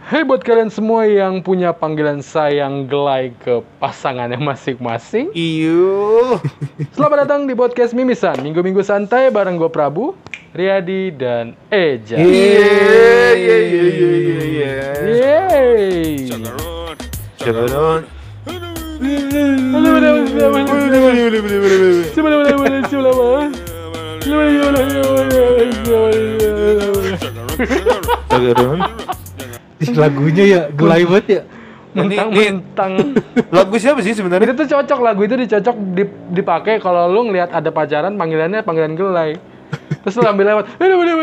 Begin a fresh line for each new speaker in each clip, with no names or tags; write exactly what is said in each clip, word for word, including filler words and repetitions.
Hai buat kalian semua yang punya panggilan sayang gelai ke pasangannya masing-masing.
Iyo.
Selamat datang di podcast Mimisan, minggu-minggu santai bareng gue Prabu, Riyadi, dan Eja.
Iya, iya, iya, iya, iya.
Yeay.
Cameron. Cameron.
Lagunya ya gelai banget ya.
Mentang-mentang
Lagu siapa sih sebenarnya?
itu tuh cocok, lagu itu dicocok dip- dipakai kalau lu ngelihat ada pacaran panggilannya panggilan gelai. Terus lu ambil lewat.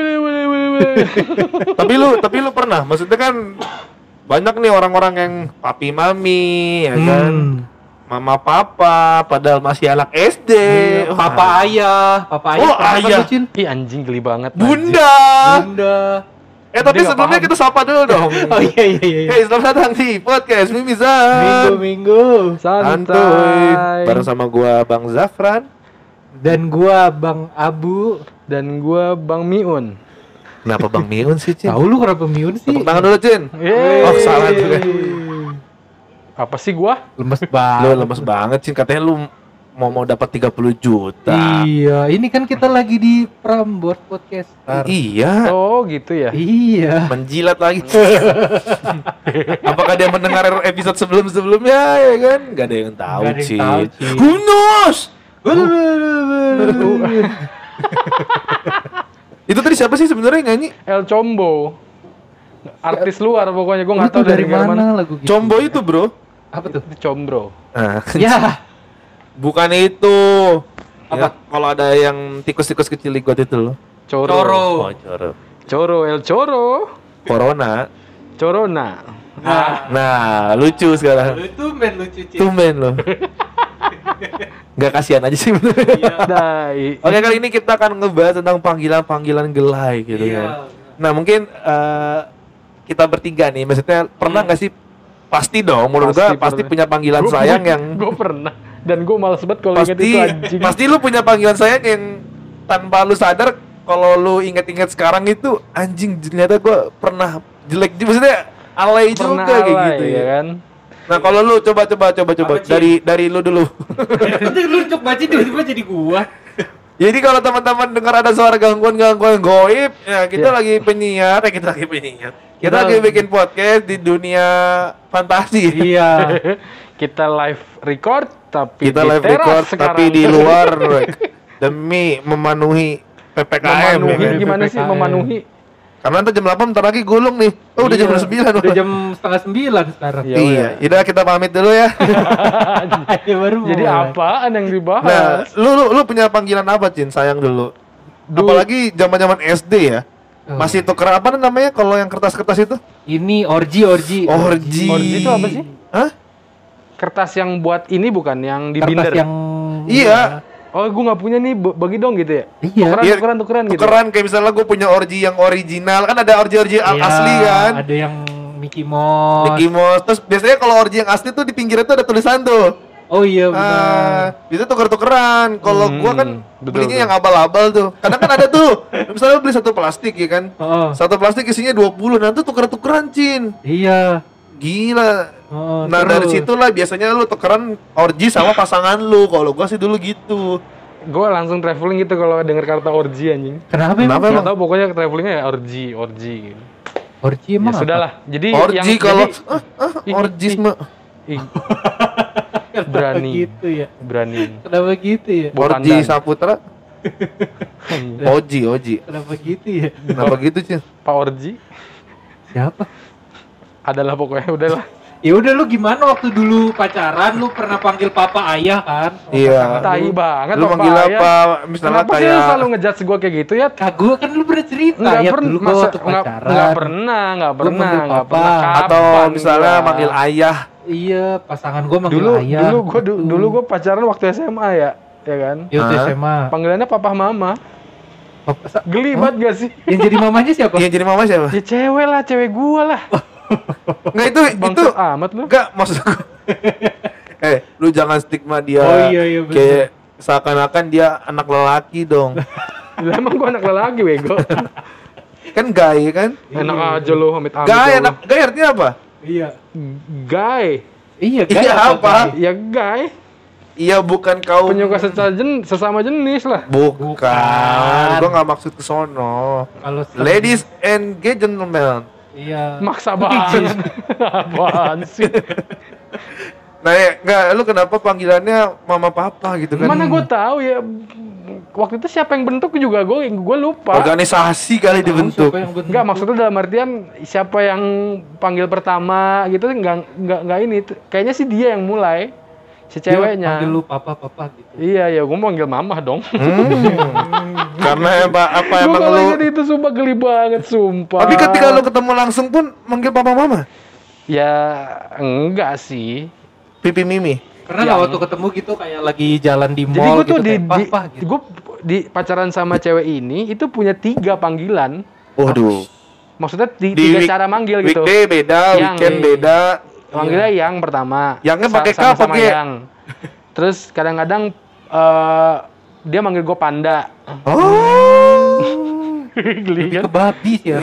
Tapi lu, tapi lu pernah? Maksudnya kan banyak nih orang-orang yang papi mami, ya kan?
Hmm.
Mama papa, padahal masih anak S D.
Iya, Papa ayah, papa ayah.
Oh,
pernah kan
ayah.
lu, Cin?
Ih anjing geli banget.
Bunda.
Bunda.
Eh tapi
Dia nggak
sebelumnya
paham.
kita sapa dulu dong.
Oh iya iya iya.
Hey, selamat datang di podcast Mimisan.
Minggu-minggu.
Santai.
Santuy. Bareng sama gua Bang Zafran.
Dan gua Bang Abu.
Dan gua Bang Miun.
Kenapa Bang Miun sih, Cin?
Tahu lu kenapa Miun sih?
Tepuk tangan dulu, Cin.
Yeay.
Oh, salah juga.
Apa sih gua?
Lemes
Lu
banget.
lemes banget, Cin. Katanya lu mau mau dapat tiga puluh juta.
Iya, ini kan kita lagi di Prambors Podcast.
Iya.
Oh gitu ya.
Iya.
Menjilat lagi. Apakah dia mendengar episode sebelum-sebelumnya, ya kan? Gak ada yang tahu,
Nggak ada yang
Cin.
tahu, Cin.
Who knows? Itu tadi siapa sih sebenarnya yang nyanyi?
El Combo. Artis luar pokoknya gua
Lu
nggak
tuh
tahu
dari
negara
mana lagu gitu?
Combo itu, Bro.
Apa tuh?
Itu Combro.
Nah,
Ya.
bukan itu.
Apa?
Ya, kalau ada yang tikus-tikus kecil ligot itu loh.
Coro.
Coro.
Oh, coro.
Coro El Coro.
Corona.
Corona.
Nah,
Nah, lucu sekarang.
lu tuh main lucu, Cin.
Tumben loh. Nggak kasihan aja sih bener.
Iya.
Dai.
Oke, kali ini kita akan ngebahas tentang panggilan-panggilan gelai gitu
Iya.
kan. Nah, mungkin eh, kita bertiga nih, maksudnya pernah nggak sih? Pasti dong, menurut
Pasti
gua pasti
pernah.
punya panggilan
Gua-
sayang
gua-
yang
gua pernah dan gua males banget kalau ingat
pasti
itu anjing.
pasti lu punya panggilan sayang yang tanpa lu sadar kalau lu inget-inget sekarang itu anjing ternyata gua pernah jelek juga, maksudnya alay
Pernah
juga kayak
alay,
gitu
ya
ya.
kan.
Nah, kalau lu coba coba coba coba
Apa, Ci?
dari dari lu dulu.
Itu lu cok baca tiba-tiba jadi gua.
Jadi kalau teman-teman dengar ada suara gangguan-gangguan goib, ya kita
Ya.
lagi penyiar, ya kita lagi penyiar. Kita,
Kita-
lagi bikin podcast di dunia fantasi.
Iya.
Kita live record tapi
Kita
di
live
teras
record
sekarang.
tapi di luar demi memenuhi P P K M ya
memenuhi
kan?
gimana sih
P P K M.
memenuhi?
Karena ntar jam delapan bentar lagi gulung nih. Oh, udah jam
Iya.
sembilan.
Udah jam setengah sembilan sekarang.
Ya
Iya,
udah.
udah kita pamit dulu ya.
Ya, baru
Jadi
mulai.
apaan yang
Nah,
dibahas?
lu, lu lu punya panggilan apa, Cin? Sayang dulu.
Dulu-
Apalagi zaman-zaman S D ya.
Oh.
Masih tuker apa namanya kalau yang kertas-kertas itu?
Ini orgi orgi.
Orgi.
Orgi itu apa sih?
Hah?
Kertas yang buat ini bukan yang di
Kertas
binder.
yang
Iya.
Oh, gua nggak punya nih, b- bagi dong gitu ya.
Iya.
Tukeran,
Iya,
tukeran, tukeran gitu.
Tukeran kayak misalnya gue punya orgi yang original, kan ada orgi-orgi al-
Iya,
asli kan.
Ada yang Mickey Mouse.
Mickey Mouse. Terus biasanya kalau orgi yang asli tuh di pinggirnya tuh ada tulisan tuh.
Oh iya benar.
Ah, bisa tuker-tukeran. Kalau
Hmm,
gua kan
betul,
belinya
betul.
yang abal-abal tuh. Kadang kan ada tuh. Misalnya lu beli satu plastik ya kan.
Oh,
Satu plastik isinya dua puluh, nah itu tuker-tukeran, Cin.
iya.
Gila.
Oh,
Nah, dari
terus.
situlah biasanya lu tukeran orgi sama pasangan lu. Kalau gua sih dulu gitu.
Gua langsung traveling gitu kalau denger kata orgi anjing.
Kenapa,
Kenapa
emang?
Nggak tahu pokoknya travelingnya ya orgi, orgi gitu.
Orgi
Ya
emang apa?
sudahlah. Jadi
Orgi
yang
kalau
jadi-
ah, ah,
Ih,
orgisme.
ih,
Kenapa
berani.
gitu ya?
berani.
Kenapa gitu ya?
Bukan
Orgi
dan.
Saputra. Oji, Oji.
Kenapa gitu ya?
Kenapa gitu, Cin?
Pak Orji
Siapa?
adalah pokoknya udahlah.
Ya udah lu gimana waktu dulu pacaran lu pernah panggil papa ayah kan? Sama
Iya.
pasangan
Tai
lu.
banget
Lu
Pak
manggil
Ayah.
apa? Misalnya
Kenapa sih lu
kayak
selalu ngejudge gua kayak gitu ya?
Kagak kan lu pernah cerita
Enggak
ya
pernah,
dulu gua
masa
waktu
enggak
pacaran.
enggak pernah, enggak
Lu
pernah,
manggil
enggak
papa.
pernah.
atau
Kapan
misalnya
gua?
manggil ayah.
Iya, pasangan gua manggil
dulu
ayah.
dulu gua du-
gitu.
dulu gua pacaran waktu S M A ya, ya kan?
Ya waktu
Hah?
S M A.
Panggilannya papa mama.
Papa, sa-
Geli
Hah?
banget gak sih?
Yang jadi mamanya siapa?
Yang jadi mama siapa?
Ya cewek lah, cewek gua lah.
Enggak itu itu
Bangsat amat lu.
enggak maksud gua. Eh, lu jangan stigma dia.
Oh, iya, iya, bener.
Kayak seakan-akan dia anak lelaki dong.
Lah emang gua anak lelaki bego.
Kan Guy kan?
Enak aja lu amit-amit.
Guy
ya
anak
Allah.
Guy artinya apa?
Iya.
Guy.
Iya,
Iya apa?
Ya guy.
Iya bukan kau
Penyuka secara jen, sesama jenis lah.
Bukan.
Bukan.
Gua nggak maksud ke sono.
Kalau sem-
Ladies and gentlemen.
Iya.
Maksa banget. Apaan sih?
Nah, ya, nggak, lu kenapa panggilannya mama papa gitu kan?
Mana gue tahu ya. Waktu itu siapa yang bentuk juga gue gue lupa.
Organisasi kali dibentuk.
Siapa yang bentuk?
Enggak, maksudnya dalam artian siapa yang panggil pertama gitu enggak enggak enggak ini. Kayaknya sih dia yang mulai. Si
Dia
ceweknya.
panggil lu papa-papa gitu.
Iya, ya gue manggil mamah dong.
Hmm. Karena apa, apa
Gue
emang
kalau
lu?
ingat itu sumpah geli banget, sumpah.
Tapi ketika lu ketemu langsung pun manggil papa mama?
Ya enggak sih.
Pipi mimi.
Pernah nggak waktu ketemu gitu kayak lagi jalan di
Jadi
mall
gue
gitu
tuh di,
kayak,
di,
papa gitu.
gue di pacaran sama cewek ini itu punya tiga panggilan.
Waduh.
Maksudnya ti-
Di
tiga
week-
cara manggil gitu.
Weekday beda,
Yang.
weekend beda.
Manggilnya yang pertama.
Yangnya
Sa-
pakai K
sama-sama
pakai-
yang. Terus kadang-kadang eh, dia manggil gue panda.
Oh.
Geli
Lebih
kan?
ke babi sih ya.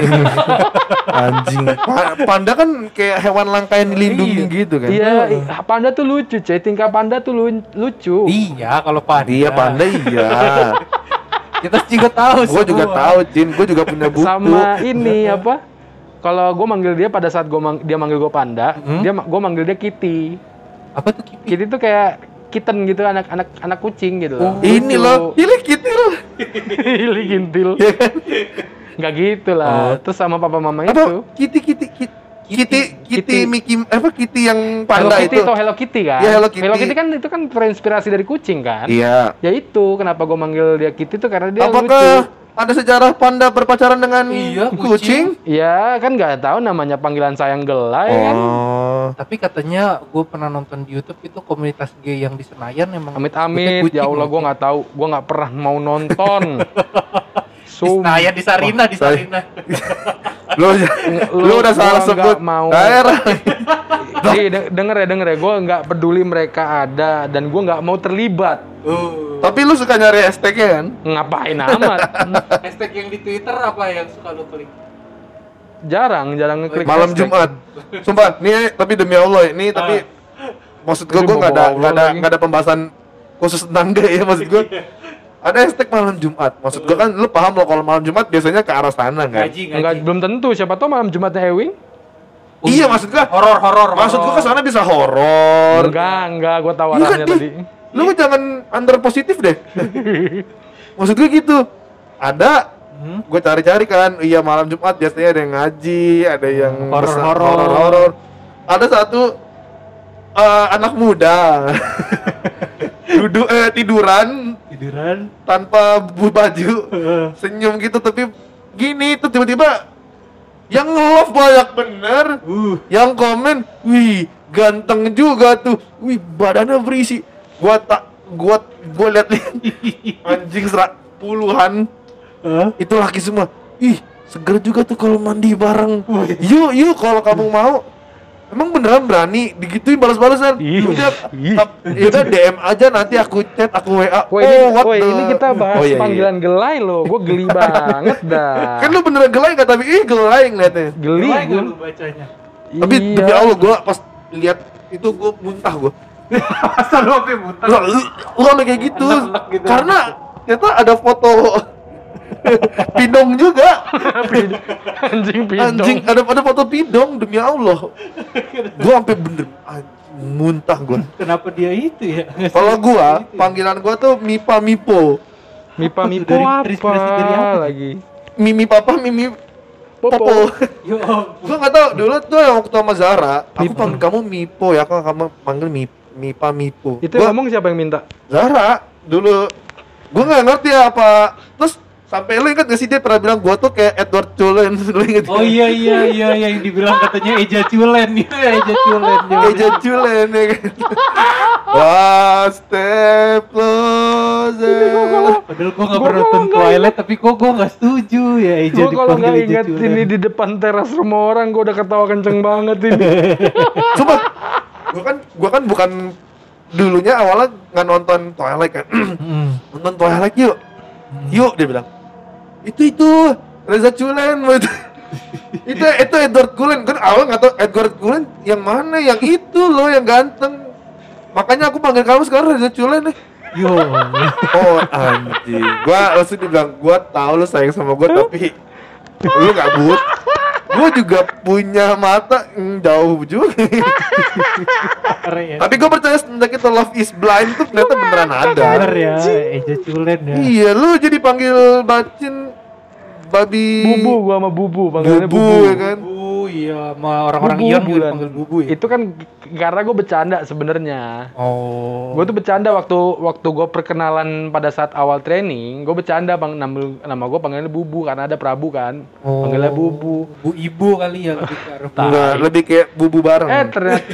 Anjing. Pa- Panda kan kayak hewan langka yang dilindungi gitu kan.
Iya, i- panda tuh lucu, cuy. Tingkah panda tuh lu- lucu.
Iya, kalau panda.
Iya panda iya.
Kita juga tahu
Gue juga
semua.
tahu, Jin. Gue juga punya buku.
Sama ini apa? Kalau gue manggil dia pada saat gua mang- dia manggil gue panda,
Hmm?
dia gue manggil dia kitty.
Apa tuh Kipi?
Kitty tuh kayak kitten gitu, anak-anak anak kucing gitu loh.
Ini
Lucu.
loh, ini gitu loh.
Ili gintil.
Iya kan?
Nggak gitu lah. Terus sama papa mama
Apa?
itu.
Kitty, kitty, kitty. Kitty, kitty,
Kitty.
Mickey, apa Kitty yang
Hello
panda
Kitty
itu?
atau Hello Kitty kan?
Iya, Hello Kitty.
kan itu kan terinspirasi dari kucing kan?
Iya.
Ya itu kenapa gue manggil dia Kitty tuh karena dia
Apakah
lucu.
ada sejarah panda berpacaran dengan
Iya,
kucing?
kucing.
Ya kan nggak tahu namanya panggilan sayang gelai kan.
Oh.
Tapi katanya gue pernah nonton di YouTube itu komunitas gay yang di Senayan emang
Amit-amit,
kucing
ya Allah
loh.
gue nggak tahu, gue nggak pernah mau nonton.
Di
Sumpah.
Senayan di Sarina di
Say-
Sarina.
Lu,
Lu-
lu udah salah
gua
sebut
nggak mau.
daerah.
Nih de- denger ya denger ya, gue nggak peduli mereka ada dan gue nggak mau terlibat.
Oh.
Tapi lu suka nyari hashtagnya kan?
Ngapain amat?
Hashtag yang di Twitter apa yang suka lu klik?
Jarang, jarang ngeklik
Malam
hashtag.
Jumat. Sumpah, nih tapi demi Allah ini tapi maksud gua
Ini
gua nggak ada
bawa-bawa
nggak ada
lagi.
nggak ada pembahasan khusus tentang gay ya maksud gua. Ada hashtag malam Jumat. Maksud gua kan lu paham loh kalau malam Jumat biasanya ke arah sana kan?
Ngaji,
Enggak,
ngaji.
belum tentu. Siapa tahu malam Jumatnya Ewing?
Iya maksud gua.
Horor-horor.
Maksud gua
horor.
ke sana bisa horor.
Enggak, enggak. Gue tahu
Iya kan,
arahnya
Di?
tadi.
Lu kan jangan under positif deh. Maksud gue gitu. Ada,
Hmm?
gue cari-cari kan. Iya malam Jumat biasanya ada yang ngaji, ada yang besa-
Horor-horor.
horor-horor. Ada satu eh, anak muda duduk eh tiduran
Tiduran.
tanpa bu- baju, senyum gitu tapi gini tuh tiba-tiba yang nge-love banyak bener.
Uh.
Yang komen, wih ganteng juga tuh, wih badannya berisi. Gua tak, gua, gua liat nih anjing serak puluhan,
Hah?
itu laki semua. Ih seger juga tuh kalau mandi bareng. Yuk yuk kalau kamu mau. Emang beneran berani digituin balas-balasan?
Ih,
Udah,
ih.
tap- yaudah D M aja nanti aku chat, aku W A.
Woi, ini,
oh, what
woi,
the-
ini kita bahas
Oh, iya, iya.
panggilan gelai loh. Gue geli banget dah.
Kan lu beneran gelai kan tapi ih gelai ngeliatnya.
Geli.
Gimana
gua.
lu bacanya?
Tapi
Iya.
demi Allah gua pas lihat itu gua muntah gua.
Masa lu sampai muntah?
Lu, lu, lu sampai kayak gitu.
Enak-enak gitu.
Karena ternyata ada foto pidong juga.
Anjing pidong.
Anjing, ada ada foto pidong demi Allah. Gua sampai bener anjing, muntah gua.
Kenapa dia itu ya?
Kalau gua, panggilan gua tuh Mipa Mipo.
Mipa Mipo
Dari-
apa
terinspirasi dari apa?
lagi?
Mimi Papa, Mimi
Popo.
Popo.
Yo,
Gua nggak tahu dulu tuh yang waktu sama Zara, aku
Mipo.
panggil kamu Mipo ya, kan kamu panggil Mi, Mipa Mipo.
Itu
Gua-
yang ngomong siapa yang minta?
Zara dulu gua nggak ngerti apa terus sampai lu ingat gak sih dia pernah bilang gua tuh kayak Edward Cullen. Lu inget
oh iya iya iya yang dibilang katanya Eja Culen gitu ya, Eja Culen.
Edward Cullen ya kan. One step closer.
Padahal gua nggak
Gua
pernah nonton
nggak
Twilight tapi kok gua nggak setuju ya Eja
Gue kalau nggak
dipanggil Eja
ingat
Culen.
ini di depan teras rumah orang, gue udah ketawa kenceng banget ini.
Coba gua kan gua kan bukan dulunya awalnya nggak nonton Twilight kan.
Hmm.
Nonton Twilight yuk. Yuk dia bilang. Itu itu Reza Culen itu. itu itu Edward Cullen kan awal nggak tahu Edward Cullen yang mana, yang itu loh yang ganteng. Makanya aku panggil kamu sekarang Reza Culen nih.
Yo.
Oh anjing. Gua langsung dibilang, gua tahu lu sayang sama gua tapi lu nggak but. Gua juga punya mata mm, jauh juga.
Ya.
Tapi gua percaya semenjak itu Love is Blind tuh ternyata beneran ada.
Bener ya, Eja Culen ya.
Iya, lu jadi panggil bacin babi
Bubu, gua sama Bubu, panggilannya
bubu,
Bubu.
ya kan?
Bubu, iya, sama orang-orang
Bubu,
Ion juga
bulan.
dipanggil Bubu ya.
Itu kan g- karena gue bercanda sebenarnya.
Oh.
Gue tuh bercanda waktu waktu gue perkenalan pada saat awal training, gue bercanda bang nama, nama gue panggilannya Bubu karena ada Prabu kan,
Oh.
panggilnya Bubu.
Bu Ibu kali ya lebih ke arah Bu.
Enggak, lebih kayak bubu bareng.
Eh ternyata,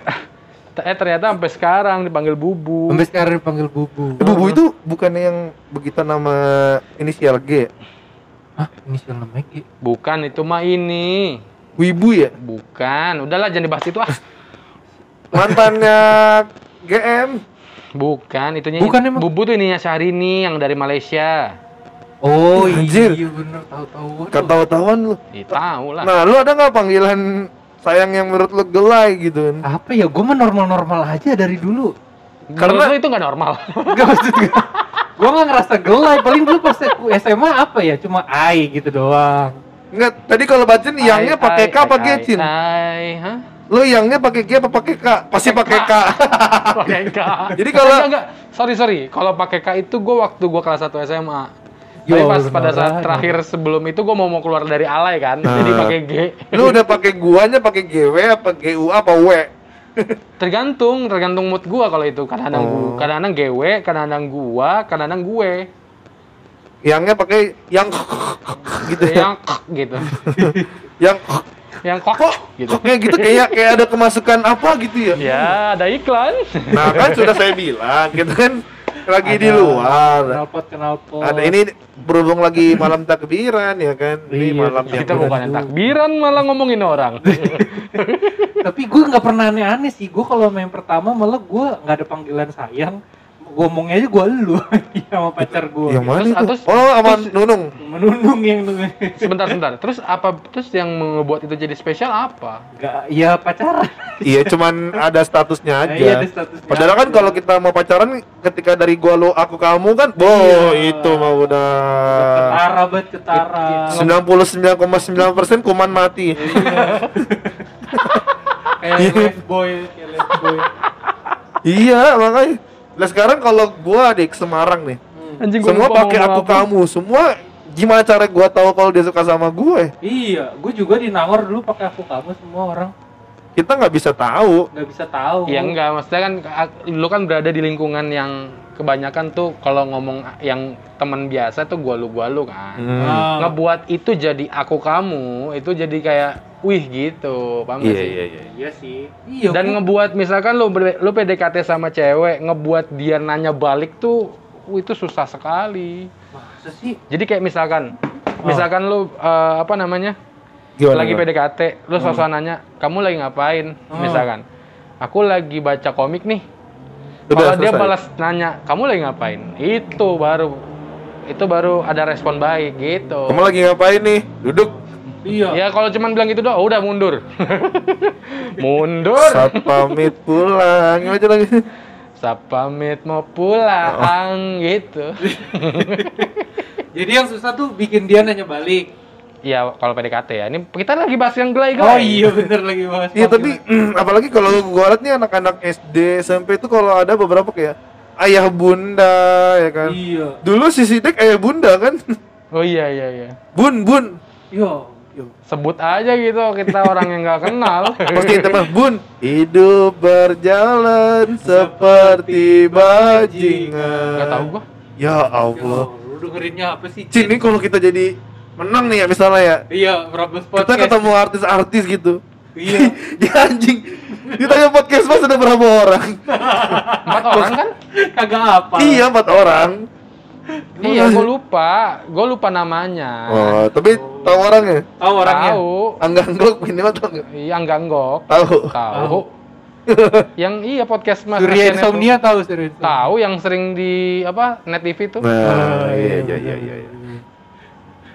eh ternyata sampai sekarang dipanggil Bubu.
Sampai sekarang dipanggil Bubu.
Eh, bubu itu bukannya yang begitu nama inisial G?
Hah, inisial nama G.
Bukan, itu mah ini.
Wibu ya?
Bukan, udahlah jangan dibahas itu ah.
Mantannya G M.
Bukan, itunya
Bukan emang?
Bubu tuh ininya Syahrini yang dari Malaysia.
Oh,
Anjir.
iya bener tahu-tahu.
Kan tahu-tahuan lu.
Ih, tahu lah.
Nah, lu ada nggak panggilan sayang yang menurut lu gelai gitu kan?
Apa ya? Gue mah normal-normal aja dari dulu.
Karena
karena-
itu nggak normal.
Enggak maksud gue. Gue nggak ngerasa gelai. Paling dulu pas S M A apa ya? Cuma ai gitu doang.
Enggak, tadi kalau bacin yangnya pakai K apa G, Cin?
Hai, hah?
Lu yangnya pakai G apa pakai K? Pasti pakai K.
Pakai K.
Jadi kalau-
enggak, enggak, sorry sorry, kalau pakai K itu gue waktu gue kelas satu S M A.
Yo,
Tapi pas pada
beneran.
saat terakhir sebelum itu gue mau mau keluar dari alay kan,
Nah.
jadi pakai G.
Lu udah pakai guanya pakai G W apa G U A apa W?
Tergantung, tergantung mood gue kalau itu. Kadang-kadang
Oh.
gua, kadang-kadang G W, kadang-kadang gua, kadang-kadang gue.
Yangnya pakai yang gitu ya.
Yang gitu.
Yang
Yang kok
kok
gitu.
kayak gitu kayak kayak ada kemasukan apa gitu ya.
Ya, ada iklan.
Nah, kan sudah saya bilang gitu kan lagi di
Ada
luar.
Knalpot, knalpot.
Ada ini berhubung lagi malam takbiran ya kan. Ini
Iya,
malam yang
Kita bukan yang takbiran malah ngomongin orang.
Tapi gue nggak pernah aneh-aneh sih. Gue kalau main pertama malah gue nggak ada panggilan sayang. Gue ngomongnya aja gue lu sama pacar gue.
yang mana
Terus-
itu?
terus-
Oh, sama
terus-
Nunung.
Menundung yang nunggu.
Sebentar, sebentar. Terus apa? Terus yang membuat itu jadi spesial apa?
Nggak, ya pacaran.
Iya, cuman ada statusnya aja.
Iya, ada statusnya
Padahal kan
aja.
kalau kita mau pacaran ketika dari gua lo aku kamu kan, boh
Iya.
itu mah udah
Ketara banget ketara.
sembilan puluh sembilan koma sembilan persen kuman mati.
Kayak les boy, kayak les boy.
Iya, makanya. Nah sekarang kalau gua adik Semarang nih,
Anjing gua
semua
lupa
pakai
ngomong
aku
apa.
kamu, semua gimana cara gua tahu kalau dia suka sama gue?
Iya, gue juga di Nangor dulu pakai aku kamu semua orang
Kita nggak bisa tahu.
nggak bisa tahu.
Ya enggak, maksudnya kan a- lu kan berada di lingkungan yang kebanyakan tuh kalau ngomong yang teman biasa tuh gua lu gua lu kan.
Ah.
Ngebuat itu jadi aku kamu, itu jadi kayak wih gitu, paham gak sih?
iya.
Iya sih. Iya.
Dan
gua-
ngebuat misalkan lu ber- lu P D K T sama cewek, ngebuat dia nanya balik tuh wih, itu susah sekali.
masa sih?
Jadi kayak misalkan misalkan lu eh, apa namanya?
Gimana?
lagi P
gimana?
D K T, lu sosok nanya, "Kamu lagi ngapain?"
Hmm.
Misalkan. "Aku lagi baca komik nih."
Udah
Kalau dia
selesai.
balas nanya, "Kamu lagi ngapain?" Itu baru itu baru ada respon baik gitu.
Kamu lagi ngapain nih? Duduk.
Iya.
Ya kalau cuman bilang gitu doang, udah mundur. mundur.
Saat pamit pulang. Gimana lagi?
Saat pamit mau pulang gitu.
Jadi yang susah tuh bikin dia nanya balik.
Ya kalau P D K T ya. Ini kita lagi bahas yang gelai
Oh iya bener lagi bahas.
Iya tapi apalagi kalau gua lihat nih anak-anak S D, S M P itu kalau ada beberapa kayak ayah bunda ya kan.
Iya.
Dulu si Sidik ayah bunda kan.
Oh iya iya iya.
Bun, bun.
Iya. Iya.
Sebut aja gitu kita orang yang nggak kenal.
Pasti itu mah bun. Hidup berjalan seperti bajingan.
Gak tahu gua.
Ya Allah.
Lu dengerinnya apa sih?
Cin, ini kalau kita jadi menang nih ya misalnya ya.
Iya, Brabus
Kita
Podcast.
ketemu artis-artis gitu.
Iya.
Ya anjing. Ditanya podcast mas ada berapa orang?
Empat orang kan?
Kagak apa.
Iya, empat orang.
Iya, gue lupa. Gue lupa namanya.
Oh, tapi tahu orangnya?
Tahu orangnya.
Tahu.
Angga Anggok ini mah tahu nggak?
Iya, enggak enggok.
Tahu.
Tahu. Yang iya podcast Mas
Surya
Asian itu.
Insomnia tahu Surya Insomnia.
Tahu yang sering di apa Net T V tuh.
Nah, iya iya iya iya. iya.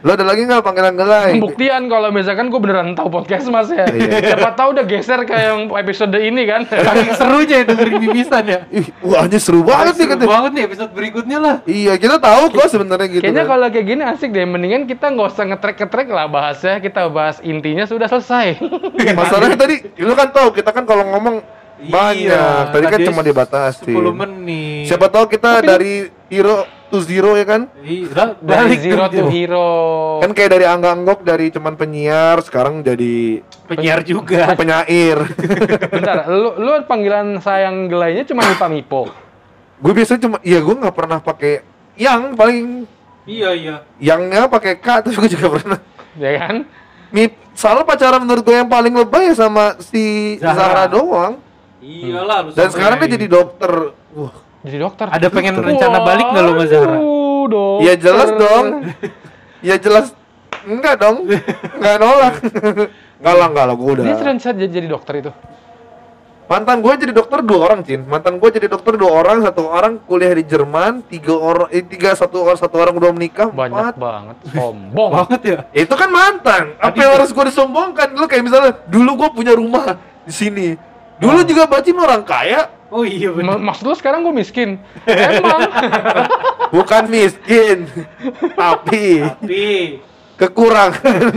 Lo ada lagi nggak panggilan gelai?
Pembuktian kalau misalkan gue beneran tahu podcast mas ya.
Iya.
Siapa tahu udah geser kayak yang episode ini kan.
Saking serunya ya dengerin mimisan ya.
Ih, wah anjir seru banget nih
Seru
katanya.
banget nih episode berikutnya lah.
Iya, kita tahu kok sebenarnya gitu.
Kayaknya
kan.
kalau kayak gini asik deh. Mendingan kita nggak usah ngetrek-ngetrek lah bahasnya. Kita bahas intinya sudah selesai.
Masalahnya tadi, lu kan tahu kita kan kalau ngomong banyak.
Iya,
Tadi kan
tadi
cuma dibatasi.
sepuluh menit.
Siapa tahu kita dari hero to zero ya kan?
Iya,
Dari
balik
zero to hero.
Kan kayak dari Angga Anggok dari cuman penyiar sekarang jadi
penyiar juga.
penyair.
Bentar, lu, lu panggilan sayang gelainya cuma Mipa Mipo.
Gue biasanya cuma, iya gue nggak pernah pakai yang paling
Iya, iya.
yangnya pakai K tapi gue juga pernah.
Ya kan?
Mip, soalnya pacaran menurut gue yang paling lebay ya sama si
Zahra.
Zahra doang.
Iyalah lu.
Dan
sampai-
sekarang dia jadi dokter. Wah,
Jadi dokter.
ada pengen rencana balik nggak lu sama Zahra?
Waduh, dokter.
ya jelas dong. Ya jelas enggak dong. Enggak nolak. Enggak lah, enggak lah, gue udah.
Dia serius jadi, jadi dokter itu.
Mantan gue jadi dokter dua orang, Cin. Mantan gue jadi dokter dua orang, satu orang kuliah di Jerman, tiga orang, eh, tiga satu orang, satu orang udah menikah,
Banyak
empat.
banget. Sombong.
Banget ya.
Itu kan mantan. Apa
Tadi-
yang harus gue disombongkan? Dulu kayak misalnya, dulu gue punya rumah di sini. Dulu juga Bacin orang kaya,
Oh iya benar.
Ma- Maksud lu sekarang gue miskin? Emang.
bukan miskin, tapi
Tapi
kekurangan.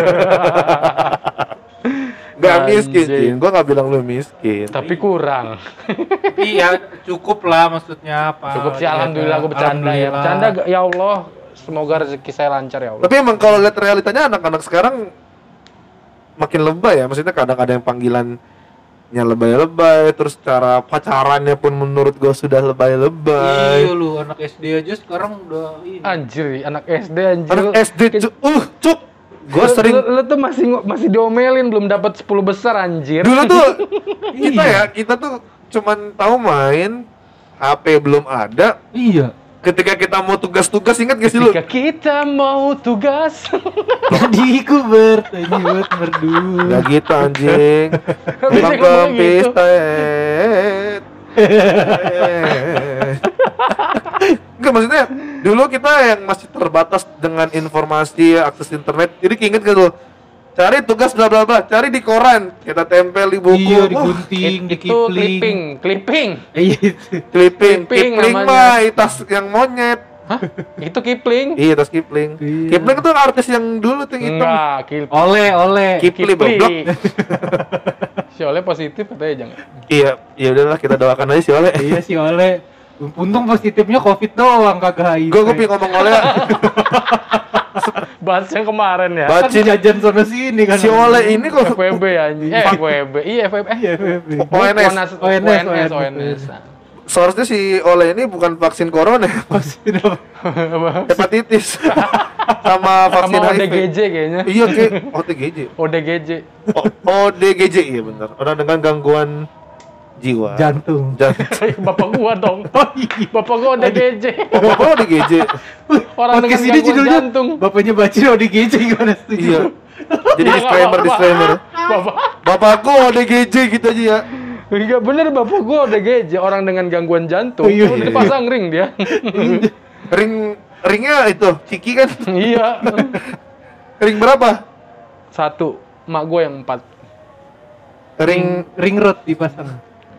Gak miskin,
Anjing.
Cin. Gue gak bilang lu miskin.
Tapi kurang.
tapi ya cukup lah maksudnya apa?
Cukup sih,
Iya,
alhamdulillah gue bercanda ya.
alhamdulillah.
Bercanda ga- ya Allah. Semoga rezeki saya lancar ya Allah.
Tapi emang kalau lihat realitanya anak-anak sekarang makin lebay ya. Maksudnya kadang ada yang panggilannya lebay-lebay, terus cara pacarannya pun menurut gue sudah lebay-lebay.
Iya lu anak S D aja sekarang udah ini.
Anjir, anak S D anjir.
Anak S D, cuk, uh, cuk. Gue
Lu-
sering
lu, lu tuh masih ngo- masih diomelin belum dapat sepuluh besar anjir.
dulu tuh kita ya, kita tuh cuman tahu main, H P belum ada.
Iya.
Ketika kita mau tugas-tugas, ingat gak sih lu?
Ketika kita mau tugas.
Jadi ku bertanya buat merdu.
Gak gitu anjing.
Bisa
Emang
ngomongnya
kempis
gitu.
tet. Enggak, maksudnya dulu kita yang masih terbatas dengan informasi, akses internet. Jadi keinget gak tuh? Cari tugas bla bla bla, cari di koran, kita tempel di buku.
Iya
Wah,
digunting, di
Itu clipping, clipping.
Iya itu.
clipping,
Clipping
Kipling
namanya.
mah tas yang monyet.
Hah? Itu Kipling?
Iya, tas Kipling.
Iya.
Kipling itu artis yang dulu tuh yang hitam.
Enggak, Kipling.
Oleh, oleh.
Kipling goblok.
Si Oleh positif katanya jangan.
Iya, ya udahlah kita doakan aja sih oleh.
Iya sih oleh. Untung positifnya Covid doang kagak H I V.
Gue gue pengen ngomong oleh.
Bahas yang kemarin ya.
Ba-
kan jajan sana sini kan.
Si oleh ini kok
F W B anjing. Eh, F W B. Iya, F W B. Eh,
Iya, F W B.
O N S.
O N S, O N S, O N S.
seharusnya si oleh ini bukan vaksin corona,
Vaksin apa?
hepatitis sama vaksin
Sama
H I V.
O D G J kayaknya.
Iya kayak O D G J.
O D G J.
O O D G J iya benar. Orang dengan gangguan jiwa.
Jantung.
Jantung.
Bapak gua dong.
Oh iya.
Bapak gua O D G J.
Bapak O D G J.
Orang dengan
Podcast ini
gangguan
judulnya
jantung.
Bapaknya Bacin O D G J gimana setuju?
Iya. Jadi
Nggak
disclaimer
apa-apa.
disclaimer.
Bapak.
Bapakku O D G J gitu aja ya.
Enggak bener bapak gua O D G J, orang dengan gangguan jantung.
Oh, iya,
Udah
iya.
dipasang ring dia.
Ring ringnya itu Ciki kan.
Iya.
Ring berapa?
Satu, mak gua yang empat.
Ring
ring road dipasang.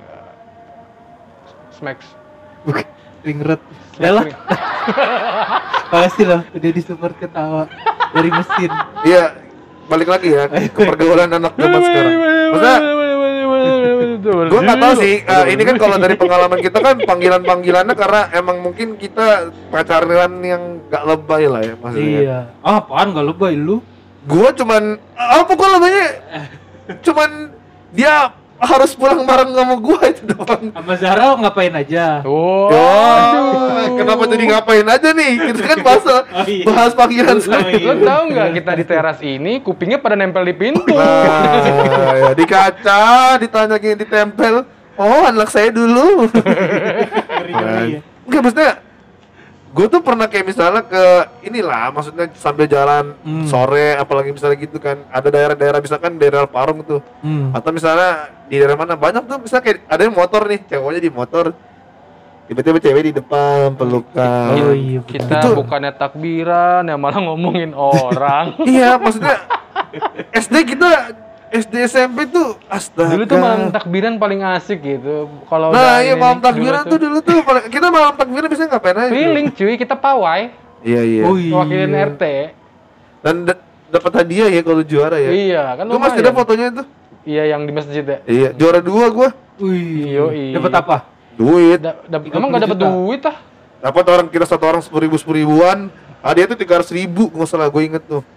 Smacks.
Bukan ring road. Ya lah. Makasih loh udah disupport ketawa dari mesin.
iya balik lagi ya ke pergaulan anak zaman sekarang. Maksudnya gue nggak tahu sih, eh, ini kan kalau dari pengalaman kita kan panggilan-panggilannya karena emang mungkin kita pacaran yang gak lebay lah ya maksudnya.
Iya. Ah, apaan gak lebay lu?
Gue cuman, apa kok lebaynya? Cuman dia harus pulang bareng sama gue itu doang.
Sama Zara ngapain aja?
Oh,
Oh, kenapa jadi ngapain aja nih? Kita kan bahas,
Oh, iya.
bahas panggilan
Oh,
saya.
iya.
Lo tau nggak kita di teras ini kupingnya pada nempel di pintu.
Nah, ya, di kaca, ditanya gini, ditempel. Oh, anak saya dulu.
Ngeri-ngeri ya.
Enggak, maksudnya gue tuh pernah kayak misalnya ke inilah, maksudnya sambil jalan
Hmm.
sore, apalagi misalnya gitu kan, ada daerah-daerah misalkan daerah Parung tuh,
Hmm.
atau misalnya di daerah mana banyak tuh, misalnya kayak ada yang motor nih, ceweknya di motor, Tiba-tiba cewek di depan pelukan.
Oh iya,
Kita
Itu-
bukannya takbiran ya malah ngomongin orang.
Iya, maksudnya S D kita S D S M P tuh astaga.
Dulu tuh malam takbiran paling asik gitu. Kalau
Nah,
udah
iya
ini
malam
nih,
takbiran tuh dulu tuh paling- kita malam takbiran biasanya ngapain aja?
keliling cuy, kita pawai,
Iya, iya.
Oh iya.
wakilin R T.
Dan d- dapat hadiah ya kalau juara ya.
Iya, kan
Lu masih ada
lumayan.
fotonya itu?
Iya, yang di masjid ya.
Iya, juara dua gua.
Wih,
Yoi.
dapat apa?
Duit.
Da, da,
tiga
emang
puluh
gak dapet
juta.
duit ah?
Dapat orang kita satu orang sepuluh ribu sepuluh ribuan. Hadiah tuh tiga ratus ribu nggak salah gue inget tuh.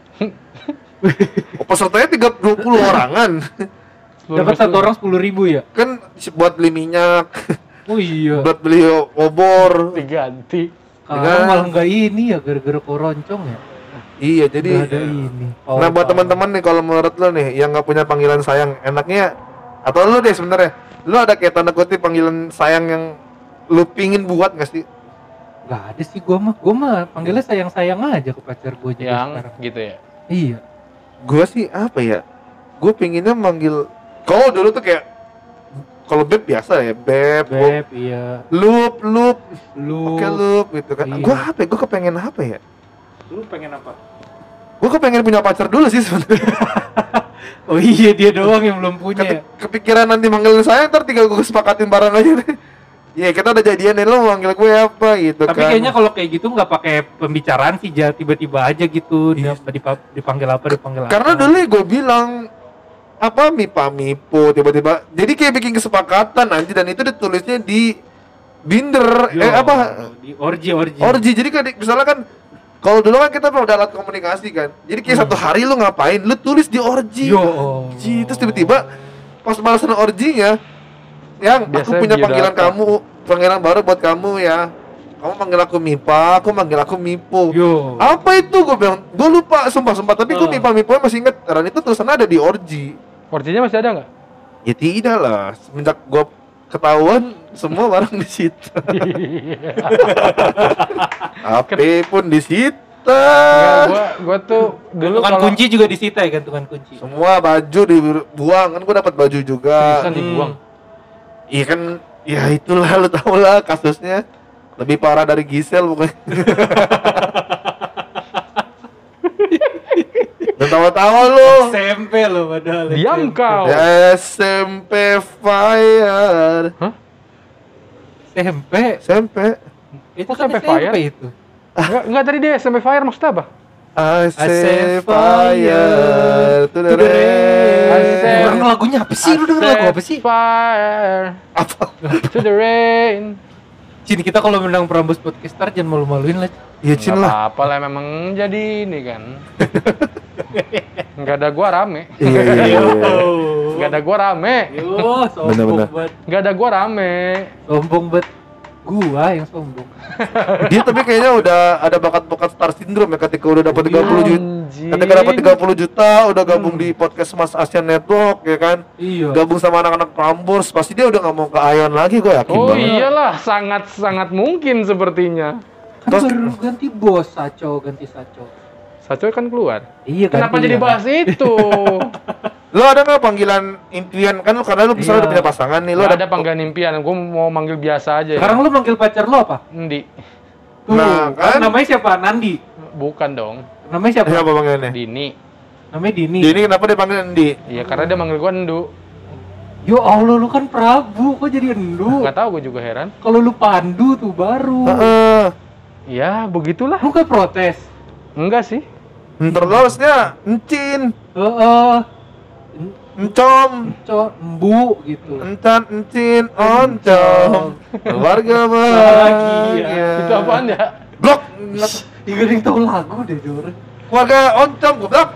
Oh, pesertanya tiga dua puluh orangan.
Dapat satu orang sepuluh ribu ya?
Kan buat beli minyak,
Oh iya.
buat beli obor.
Diganti.
Sekarang malah nggak ini ya gara-gara koroncong ya.
Iya, jadi
Nggak ada ini.
nah buat teman-teman nih kalau menurut lo nih yang nggak punya panggilan sayang, enaknya atau lu deh sebenarnya, lu ada kayak tanda kutip panggilan sayang yang lu pingin buat nggak sih?
Nggak ada sih gua mah. Gua mah panggilnya sayang-sayang aja ke pacar gua juga
Yang
sekarang.
gitu ya.
Iya.
Gue sih apa ya? Gue pinginnya manggil, kalau dulu tuh kayak kalau beb biasa ya, beb, gua-
Beb, iya.
loop, loop,
Lu
oke loop gitu kan.
Iya.
Gue apa? Gue kepengen apa ya?
lu pengen apa?
Gue kepengen punya pacar dulu sih sebenarnya.
Oh iya, dia doang yang belum punya.
Kepik- Kepikiran nanti manggil saya, ntar tinggal gue kesepakatin bareng aja deh. Iya, kita udah jadian nih, lo manggil gue apa gitu.
Tapi
kan.
kayaknya kalau kayak gitu nggak pakai pembicaraan sih, ja, tiba-tiba aja gitu.
Iya.
Dia dipa- dipanggil apa, dipanggil apa.
Karena dulu gue bilang apa mipa mipo tiba-tiba jadi kayak bikin kesepakatan nanti dan itu ditulisnya di binder
Yo,
eh apa
di orji orji.
orji jadi kan di- misalnya kan kalau dulu kan kita udah alat komunikasi kan jadi kayak
Hmm.
satu hari lu ngapain lu tulis di orji
Yo.
orji terus tiba-tiba pas balasan orjinya yang aku
Biasanya
punya panggilan
biodata.
kamu panggilan baru buat kamu ya kamu panggil aku mipa aku manggil aku mipo
Yo.
apa itu gue bilang gue lupa sumpah sumpah tapi gue
Oh.
mipa mipo masih inget karena itu tulisannya ada di orji.
Orjinya masih ada nggak?
Ya tidak lah, semenjak gua ketahuan semua barang disita. H P pun disita.
Enggak, gua gua tuh dulu
Gantungan
kalau
kunci juga disita ya, gantungan kunci.
Semua baju dibuang, kan gua dapat baju juga.
bisa dibuang.
Iya kan, ya itulah lu tau lah kasusnya. Lebih parah dari Gisel pokoknya. Dan tawa-tawa lu.
S M P lo padahal.
Diam
S M P.
kau.
S M P fire.
S M P.
S M P.
Itu
Kok
kan
sampai
S M P
fire?
itu.
Enggak, enggak tadi dia S M P Fire maksudnya apa?
I
set
set
fire
fire to the
to the
rain.
I set-
Orang lagunya apa sih? Lu denger lagu apa sih?
Fire
Apa?
to the rain.
Cini, kita kalau menang Prambors Podcaster jangan malu-maluin lah.
Ya Cin
Nggak
lah.
apa-apa lah memang jadi ini kan. Enggak ada gua rame.
Iya iya iya.
Enggak ada gua rame.
Yo, sombong
Bener-bener.
banget.
Enggak ada gua rame.
Sombong banget. Gua yang sombong.
Dia tapi kayaknya udah ada bakat-bakat star syndrome ya ketika udah dapat tiga puluh juta.
Anjing.
Ketika dapat tiga puluh juta udah gabung di podcast Mas Asian Network ya kan.
Iya.
Gabung sama anak-anak Prambors, pasti dia udah nggak mau ke Ion lagi, gue yakin
Oh
banget.
iyalah, sangat-sangat mungkin sepertinya.
Kan
Terus-
baru ganti bos, Saco, ganti Saco.
Saco kan keluar.
Iya,
Kenapa
ganti
jadi
ya.
bahas itu?
Lo ada nggak panggilan impian kan lo karena lo misalnya
Iya.
udah punya pasangan nih, lo
Lo
ada,
ada panggilan impian, gue mau manggil biasa aja.
Sekarang lu manggil pacar lu apa?
Endi?
Tuh,
Nah, kan?
namanya siapa? Nandi.
Bukan dong.
Namanya siapa?
siapa panggilannya?
Dini.
Namanya Dini.
Dia ini kenapa dia panggil Endi?
Iya, karena dia manggil gue Endu.
Yo Allah, lu kan Prabu, kok jadi Endu?
Nggak tahu, gue juga heran.
Kalau lu Pandu tuh baru.
Heeh.
Ya, begitulah.
Lu kan protes.
Enggak sih.
Terusnya encin,
Heeh.
encom,
Co, embu gitu.
encan, encin, oncom, keluarga bahagia.
Itu apaan ya?
Blok,
Tiga yang tahu lagu deh, Dor.
keluarga oncom, goblok.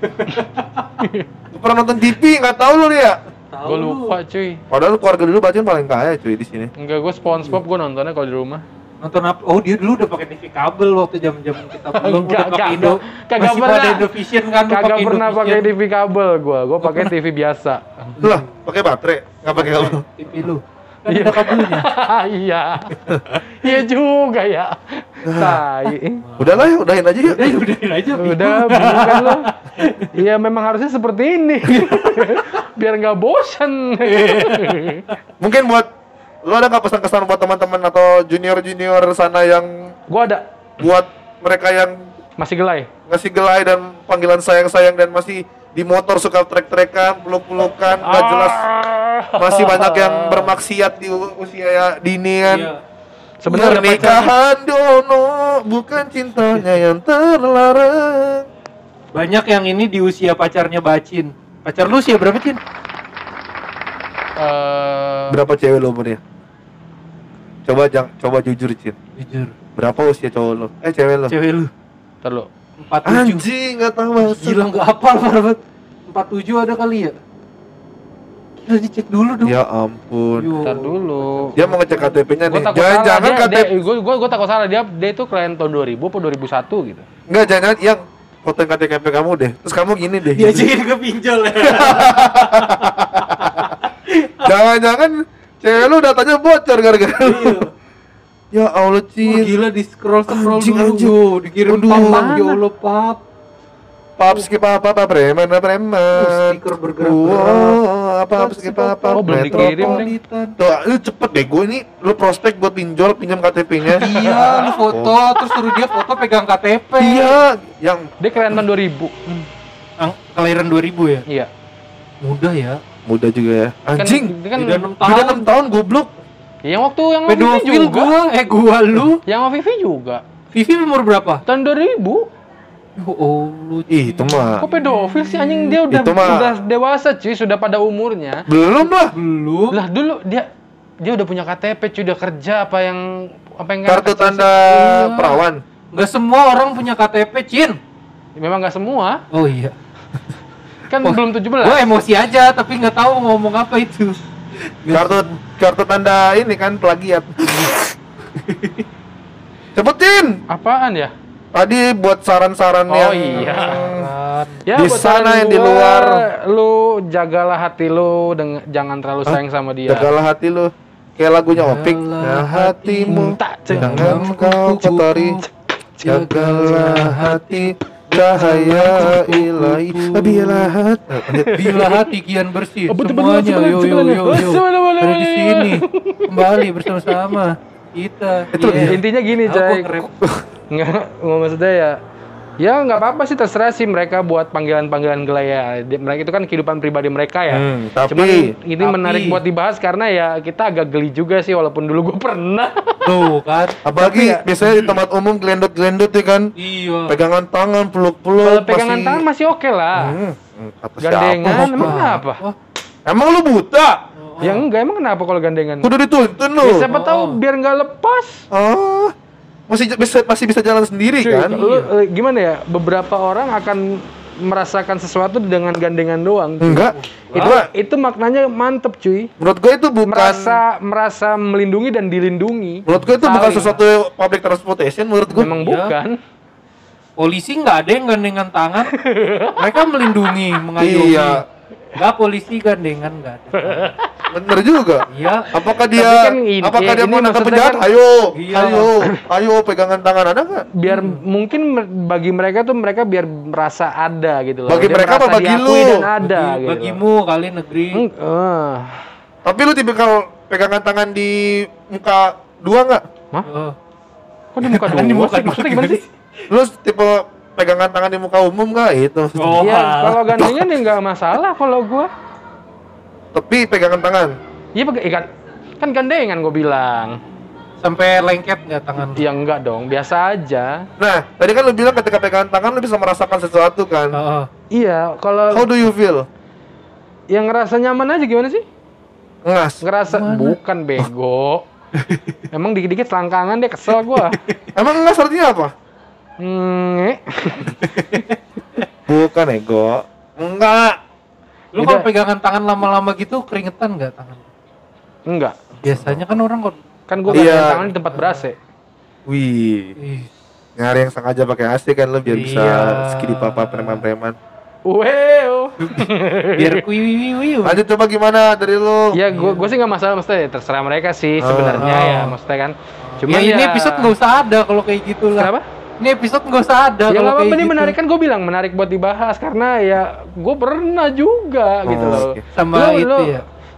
Gua pernah nonton T V, nggak tahu lu dia.
Tahu
Gue
lu.
lupa cuy.
Padahal keluarga dulu bacaan paling kaya cuy di sini.
Enggak, gue SpongeBob gue nontonnya kalau di rumah.
Nonton apa? Oh, dia dulu udah pakai T V kabel waktu zaman-zaman kita belum
Enggak,
udah pakai
kagak.
Indo.
Kagak
Masih
pernah.
pada Indovision kan, lu
Kagak
pakai
pernah
Indovision.
pakai T V kabel gue. Gue pakai T V biasa.
Lah, pakai baterai, nggak pakai kabel.
T V lu. Kan ada kabelnya.
Iya. Iya juga ya. Tai.
Udahlah ya, udahin aja yuk.
Udah, udahin aja.
Udah, bingung kan lo? Iya memang harusnya seperti ini. Biar nggak bosan.
Mungkin buat Lu ada nggak pesan-kesan buat teman-teman atau junior-junior sana yang
Gua ada
buat mereka yang
masih gelai.
ngasih gelai dan panggilan sayang-sayang dan masih di motor suka trek-trekan, peluk-pelukan, nggak jelas, masih banyak yang bermaksiat di u- usia ya dini kan.
Iya.
Sebenarnya pacarnya-
Pernikahan dono bukan cintanya yang terlarang.
Banyak yang ini di usia pacarnya bacin. Pacar lu usia berapa, Cin?
eh
Berapa cewek lo umurnya? Coba jang, coba jujur Cin.
Jujur.
Berapa usia cowok lo? Eh cewek lo?
Cewek lu
ntar lu.
empat puluh tujuh.
Anjing nggak tahu bahasa.
Gila enggak hafal banget. empat puluh tujuh ada kali ya? Udah dicek dulu dong.
Ya ampun.
Yo.
Ntar dulu.
Dia mau ngecek K T P-nya
Gue
nih.
takut
Jangan-jangan
salah
K T P.
dia, gue gue gue takut salah dia dia itu klien tahun dua ribu atau dua ribu satu gitu.
Enggak, jangan yang foto K T P kamu deh. Terus kamu gini deh.
Diajakin ke pinjol ya.
Jangan-jangan cewek lu datanya bocor gara-gara lu.
Iya.
Ya Allah,
Oh,
Cin.
gila di scroll scroll
Anjing,
dulu.
anjing.
Yo, dikirim
Aduh.
papan ya Allah, pap.
Pap skip apa apa preman preman.
Oh, stiker bergerak-gerak.
Wow, apa apa skip apa.
Oh, belum dikirim, Deng.
Tuh, lu cepet deh, gue ini lu prospek buat pinjol pinjam K T P-nya.
Iya, lu foto terus suruh dia foto pegang K T P.
Iya, yang
Dia klien tahun dua ribu.
Ang- Kelahiran dua ribu ya?
Iya.
Muda ya.
muda juga ya. Anjing.
Kan, kan
Beda enam
Udah
tahun.
enam tahun goblok.
yang waktu yang sama Vivi
Pedofil
juga.
gua, eh gua lu.
Yang sama Vivi juga.
Vivi umur berapa?
Tahun dua ribu.
Ya Allah.
Ih, itu mah
Kok pedofil sih anjing dia udah
Itu mah-
udah dewasa cuy, sudah pada umurnya.
belum lah.
Belum.
Lah dulu dia dia udah punya K T P cuy, udah kerja apa yang apa yang
Kartu
kecil-
tanda
Iya.
perawan.
Enggak semua orang punya K T P, Cin.
Memang nggak semua,
Oh iya.
kan
Oh,
belum tujuh belas.
Gua emosi aja tapi nggak tahu ngomong apa itu.
Kartu kartu tanda ini kan plagiat. Cepetin.
Apaan ya?
Tadi buat saran-saran
Oh
yang
iya.
Kan.
Ya,
Di
buat
sana
saran
yang di
gua,
luar.
lu jagalah hati lu, deng- jangan terlalu sayang sama dia.
Jagalah hati lu. Kayak lagunya Opik.
Jagalah
Nah, hatimu
Tak
jangan kau kotori. Jagalah hati cahaya ilahi. Bila hati.
Bila hati kian bersih
Oh, betul,
semuanya.
betul, betul,
Yo yo
betul,
yo
betul.
yo.
Betul, betul,
Ada di
betul.
sini. Kembali bersama-sama kita.
Itu
Iya.
Intinya gini,
Aku
Jay.
ngerem.
Nggak, nggak maksudnya ya. Ya nggak apa-apa sih, terserah sih mereka buat panggilan-panggilan gelai ya. Di- Mereka itu kan kehidupan pribadi mereka ya.
Hmm, tapi-
Cuman ini
tapi-
menarik buat dibahas karena ya kita agak geli juga sih walaupun dulu gue pernah.
Tuh kan.
Apalagi
Tapi ya-
biasanya di tempat umum gelendot-gelendot ya kan.
Iya.
Pegangan tangan, peluk-peluk.
Kalau pegangan
masih-
tangan masih oke lah.
Hmm, hmm, kata
Gandengan
siapa?
emang kenapa?
Wah,
Emang lu buta?
Ya enggak, emang kenapa kalau gandengan?
Kudu dituntun lu.
Ya, siapa tahu biar nggak lepas.
Oh. Masih bisa masih bisa jalan sendiri
Cuy,
kan?
lu, eh, gimana ya? Beberapa orang akan merasakan sesuatu dengan gandengan doang. cuy.
Enggak.
Itu
Gua-
itu maknanya mantep cuy.
Menurut gue itu bukan
Merasa merasa melindungi dan dilindungi.
menurut gue itu bukan
Saling.
sesuatu public transportation menurut gue.
Memang
Iya.
bukan.
polisi nggak ada yang gandengan tangan. Mereka melindungi, mengayomi.
Iya.
Nggak, polisi gandengan nggak ada.
Bener juga.
Iya.
Apakah
Tapi
dia
kan ini-
apakah dia
ini
mau nangkap
maksudnya
penjahat?
kan-
Ayo,
Iya.
ayo, ayo pegangan tangan ada nggak?
Biar mungkin me- bagi mereka tuh mereka biar merasa ada gitu loh.
Bagi
Dia
mereka apa
merasa
bagi
diakui
lu?
Dan ada
Bagi-
gitu.
bagimu kali negeri.
Eng- eh.
Tapi lu tipikal pegangan tangan di muka dua nggak?
Hah?
Oh.
Kok di muka dua?
Kan di muka
sih?
dua
Maksudnya gimana sih?
Lu tipe pegangan tangan di muka umum nggak itu?
Oh,
Ya,
alah.
kalau gandengan ya nggak masalah kalau gua.
Tapi pegangan tangan.
Iya, peg- kan kan gandengan gua bilang.
Sampai lengket nggak tangan?
Ya enggak dong, biasa aja.
Nah, tadi kan lu bilang ketika pegangan tangan lu bisa merasakan sesuatu kan?
Heeh.
Iya, kalau
How do you feel?
yang ngerasa nyaman aja gimana sih?
Ngas.
Ngerasa bukan bego. Emang dikit-dikit selangkangan dia kesel gua.
Emang ngas artinya apa?
Hmm,
Bukan ego. Enggak.
Lu
Beda.
kalau pegangan tangan lama-lama gitu keringetan nggak tangan?
enggak.
Biasanya kan orang kok.
Kan gua
Iya.
gandengan tangan di tempat ber-A C.
Wih.
Ih,
Nyari yang sengaja pakai A C kan lu biar bisa
Iya.
skidi papa preman-preman.
Weo.
biar kuiwiwiwi.
Lanjut coba gimana dari lu?
Ya gua gua sih nggak masalah, maksudnya ya terserah mereka sih sebenarnya
Oh.
ya, maksudnya kan. Cuma
Ya, ini
ya-
episode nggak usah ada kalau kayak gitu lah.
Kenapa?
Ini episode nggak usah ada
Ya
kalau
nggak
kayak
apa-apa, ini
gitu.
menarik kan, gue bilang menarik buat dibahas karena ya gue pernah juga gitu
Oh,
loh.
oke.
Sama
Lu-
itu
lu
ya.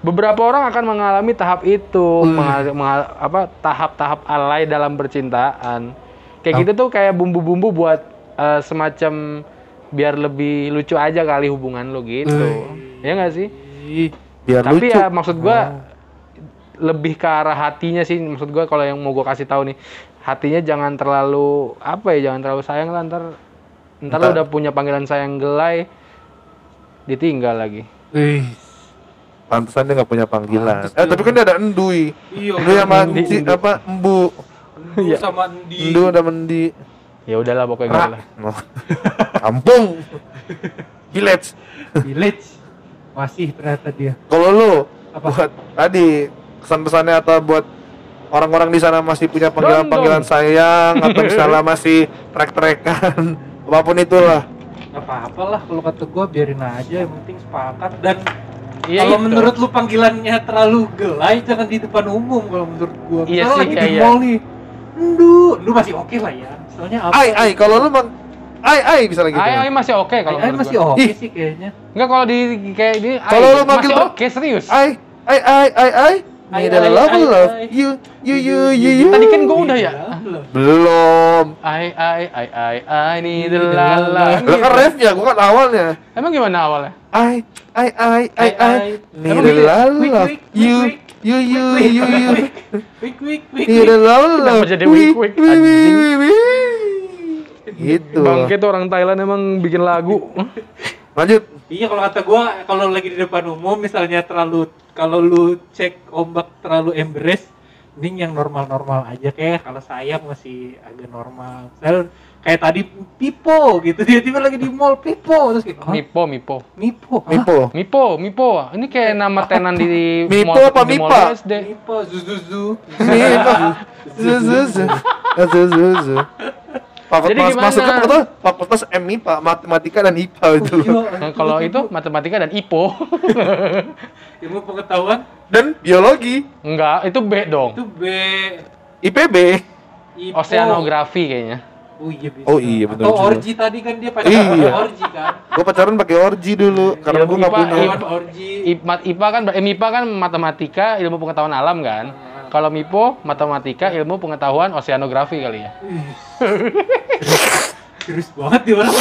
beberapa orang akan mengalami tahap itu,
Hmm.
mengal- mengal- apa tahap-tahap alay dalam percintaan. Kayak gitu tuh kayak bumbu-bumbu buat eh, semacam biar lebih lucu aja kali hubungan lo gitu. Ya nggak sih?
Ih,
Biar
Tapi
lucu.
ya maksud gua lebih ke arah hatinya sih. Maksud gua kalau yang mau gua kasih tahu nih, hatinya jangan terlalu apa ya, jangan terlalu sayang lah, ntar ntar lo
Ntar.
udah punya panggilan sayang gelai, ditinggal lagi.
Ih.
Pantesan dia nggak punya panggilan.
Pantes
Eh
dia.
tapi kan dia ada Endui.
Iya.
Endu sama
Endi.
si apa Embu.
Endu sama Endi.
Endu ada Mendi.
Ya udahlah pokoknya gitu lah.
Oh. Kampung. Village.
Village. Masih ternyata dia.
Kalau lu
Apa?
buat tadi kesan-pesannya atau buat orang-orang di sana masih punya panggilan-panggilan
Dong,
sayang atau misalnya masih trek-trekan apapun itulah.
Gak apa-apa lah kalau kata gua biarin aja, yang penting sepakat. Dan
Iya
kalau
itu.
menurut lu panggilannya terlalu gelai, jangan di depan umum kalau menurut gua.
Iya
Misalnya
sih,
lagi di
iya.
mall nih, Ndu, Ndu masih oke lah ya. Soalnya apa?
Ai ai kalau lu mang ai ai bisa lagi gitu.
Ay, ay masih oke kalau
Ai, ai
menurut
masih
gua.
oke
Ih.
sih kayaknya.
Enggak kalau di kayak ini ay,
Kalau lu manggil
masih
gua-
oke serius.
Ai ai ai ai ai.
Ai,
Need a
ai,
love
ai,
love.
ai.
You you you you you.
Tadi kan gua udah ya.
Belum.
Ay ay ay ay ay ni
Need a
delala.
love.
Lah kan refnya, gua kan awalnya.
Emang gimana awalnya?
I I I I
Ai,
I
ai.
need
Emang
a
gitu ya?
love
Quick,
love.
quick,
You
quick,
you you you you.
Quick, quick, quick,
Need a love
Kenapa
love.
jadi wik, wik,
Wih, wih,
anjing?
wih, wih. Gitu.
Bangke tuh orang Thailand emang bikin lagu.
Lanjut.
Iya kalau kata gua, kalau lagi di depan umum misalnya terlalu, kalau lu cek ombak terlalu embrace, mending yang normal-normal aja. Kayak kalau sayang masih agak normal. Misal kayak tadi Pipo gitu, tiba-tiba lagi di mall Pipo terus kayak, "Hah?
Mipo, Mipo.
Mipo, Hah?
Mipo.
Mipo, Mipo. Ini kayak nama tenan di
Mipo
mall-
apa
di mall
Mipa?
S D.
Mipo, Zuzuzu.
Mipo. Zuzuzu. Zuzuzu. Fakultas
Jadi gimana?
masuknya apa tuh? Fakultas M I P A, matematika dan I P A itu.
Nah, kalau itu matematika dan I P O.
ilmu pengetahuan
Dan biologi,
Enggak, itu B dong.
itu B.
I P B.
Ipo.
Oceanografi kayaknya.
Oh iya bisa.
Oh iya, bener
Atau
juga.
orgi tadi kan dia pacaran
Iya.
pakai orgi kan.
Gua pacaran pakai orgi dulu karena
Ilmu
gua nggak
I P A,
punya.
iya.
Pacaran orgi.
I- mat- I P A kan, eh, M I P A kan matematika, ilmu pengetahuan alam kan. Kalau Mipo matematika, ilmu pengetahuan oceanografi kali ya.
Serius banget dia orang.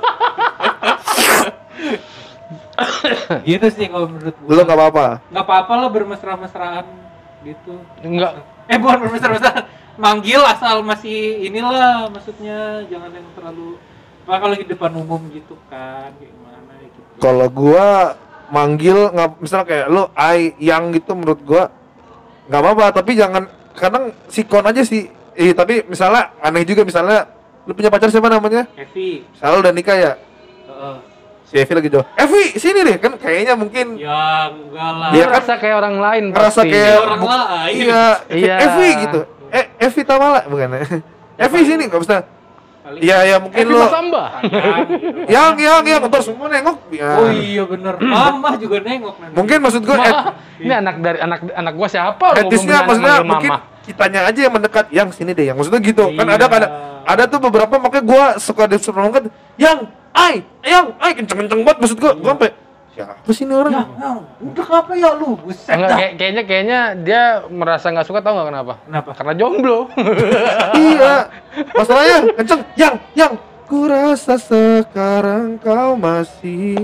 Gitu sih kalau menurut gua.
Lu nggak apa-apa.
Nggak apa-apa lah bermesra-mesraan gitu.
Enggak,
Eh bukan bermesra-mesraan. Manggil asal masih inilah maksudnya jangan yang terlalu apa kalau lagi depan umum gitu kan kayak gimana gitu.
Kalau gua manggil nggak misalnya kayak lu ai yang gitu menurut gua nggak apa-apa tapi jangan kadang sikon aja sih. Eh tapi misalnya aneh juga misalnya lu punya pacar siapa namanya?
Evi.
Misalnya lu udah nikah ya.
Heeh.
Si Evi lagi jauh. Evi sini deh kan kayaknya mungkin
Ya enggak lah.
Dia
dia
kan
ngerasa kayak orang lain
ngerasa
pasti.
kayak
orang
buk-
lain.
Iya,
Iya.
Evi gitu. Eh Evi Tamala bukan ya? Evi sini nggak bisa.
Paling
Iya ya mungkin
Evi
lu
Masamba.
sayang gitu.
yang yang yang ntar semua nengok. Ya.
Oh iya bener. Mama juga nengok nanti.
Mungkin maksud gua et-
Ma, ini anak dari anak anak gua siapa? Mau
etisnya
ngomongin
maksudnya
anak manggil
mungkin
mama.
kitanya aja yang mendekat yang sini deh yang maksudnya gitu kan
Iya.
ada ada ada tuh beberapa makanya gua suka disuruh ngomong yang ai yang ai kenceng-kenceng banget maksud gua gua sampai siapa sih ini orang
Ya, ya, udah apa ya lu? Buset
Enggak,
dah.
kayak- kayaknya kayaknya dia merasa nggak suka, tahu nggak kenapa?
Kenapa?
Karena jomblo.
iya masalahnya kenceng yang yang kurasa sekarang kau masih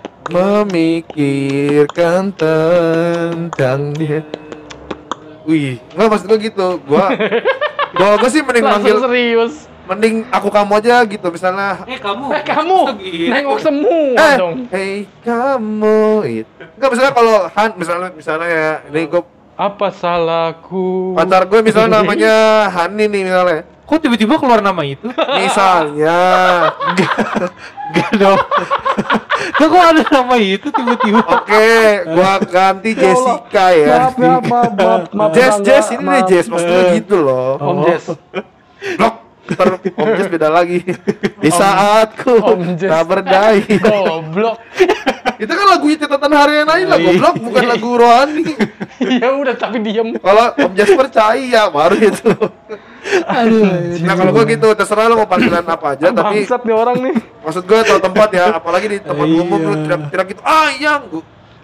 memikirkan tentang dia. Wih, nggak maksud gua gitu. Gua gua, gua sih mending manggil
Langsung serius.
mending aku kamu aja gitu misalnya.
Eh kamu.
Eh kamu
Gitu.
nengok semua
Eh,
dong.
hey kamu itu. Enggak misalnya kalau Han misalnya misalnya ya, ini gua
Apa salahku?
pacar gue misalnya namanya Hani nih misalnya.
Kok tiba-tiba keluar nama itu?
Misalnya.
Enggak dong. Tuh kok ada nama itu tiba-tiba?
Oke, gua ganti Jessica ya.
Maaf ya, maaf, maaf, maaf.
Jess,
Bangga,
Jess, ini nih
maaf.
Jess, maksudnya gitu loh.
Om Jess.
Blok, ntar Om Jess beda lagi. Di saatku
Om Jess.
tak berdaya.
Goblok.
Itu kan lagu catatan harian aja lah, goblok, bukan lagu rohani.
Ya udah tapi diem.
Kalau Om Jess percaya, baru itu.
Aduh.
Nah kalau gua gitu, terserah lo mau panggilan apa aja, tapi
Bangsat nih orang nih.
maksud gua tahu tempat ya, apalagi di tempat umum lu tidak tidak gitu. Ah, yang gua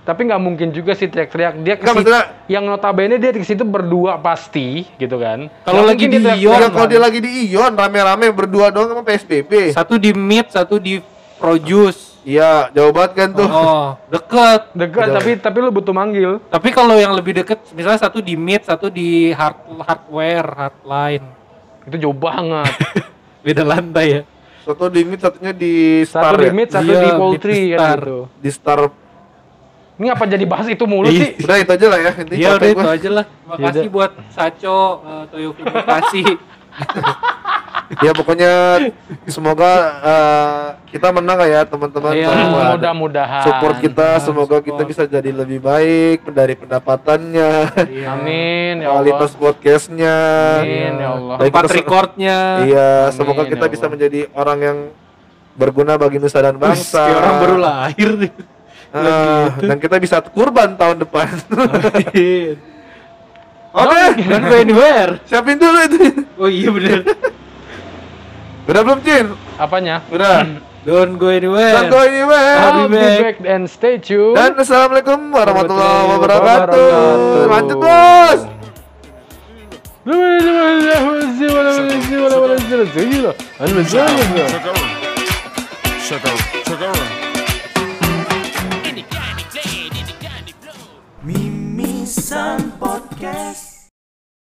tapi nggak mungkin juga sih teriak-teriak. Dia ke
Nggak,
situ,
maksudnya-
yang notabene dia di situ berdua pasti, gitu kan.
Kalau
Nggak
lagi
mungkin
di
dia
Ion,
Ya,
teriak-teriak,
kalau
kan.
dia lagi di Ion rame-rame berdua doang sama P S B B.
Satu di Meet, satu di Produce.
Iya, jauh banget kan tuh.
Oh, deket.
Dekat,
Udah.
tapi tapi lu butuh manggil.
Tapi kalau yang lebih deket, misalnya satu di Meet, satu di hard hardware, hardline.
Itu jauh banget.
Beda lantai ya.
Satu di mid, satunya di Star
Satu di
ya?
mid, satu
Iya,
di
mid
poultry
di
kan
Star.
gitu.
Di Star.
Ini apa jadi bahas itu mulu
Iya.
sih?
Udah itu aja lah ya. Intinya
Iya
capek
udah itu
gua.
aja lah. Makasih buat Saco, uh, Toyofumi kasih.
Ya pokoknya semoga eh, kita menang lah ya teman-teman.
Iya,
Semoga ada
Mudah-mudahan.
support kita, semoga
support.
kita bisa jadi lebih baik dari pendapatannya,
Iya.
Amin ya Allah.
kualitas podcastnya,
Amin ya Allah.
Baik,
Tempat
kita se-
recordnya.
Iya,
Amin,
semoga
ya
kita bisa
Allah.
menjadi orang yang berguna bagi nusa dan
Wih,
bangsa.
kayak orang baru lahir nih.
Ah, dan kita bisa kurban tahun depan.
Amin.
Oke,
Don't go anywhere.
siapin dulu itu.
Oh iya bener.
Udah belum, Cin?
Apanya?
Udah.
Don't go anywhere.
Don't go anywhere.
I'll
be
be
back.
back and stay tuned.
Dan assalamualaikum warahmatullahi
Warahmatullahi
wabarakatuh.
wabarakatuh.
Lanjut, Bos.
Mimisan Podcast.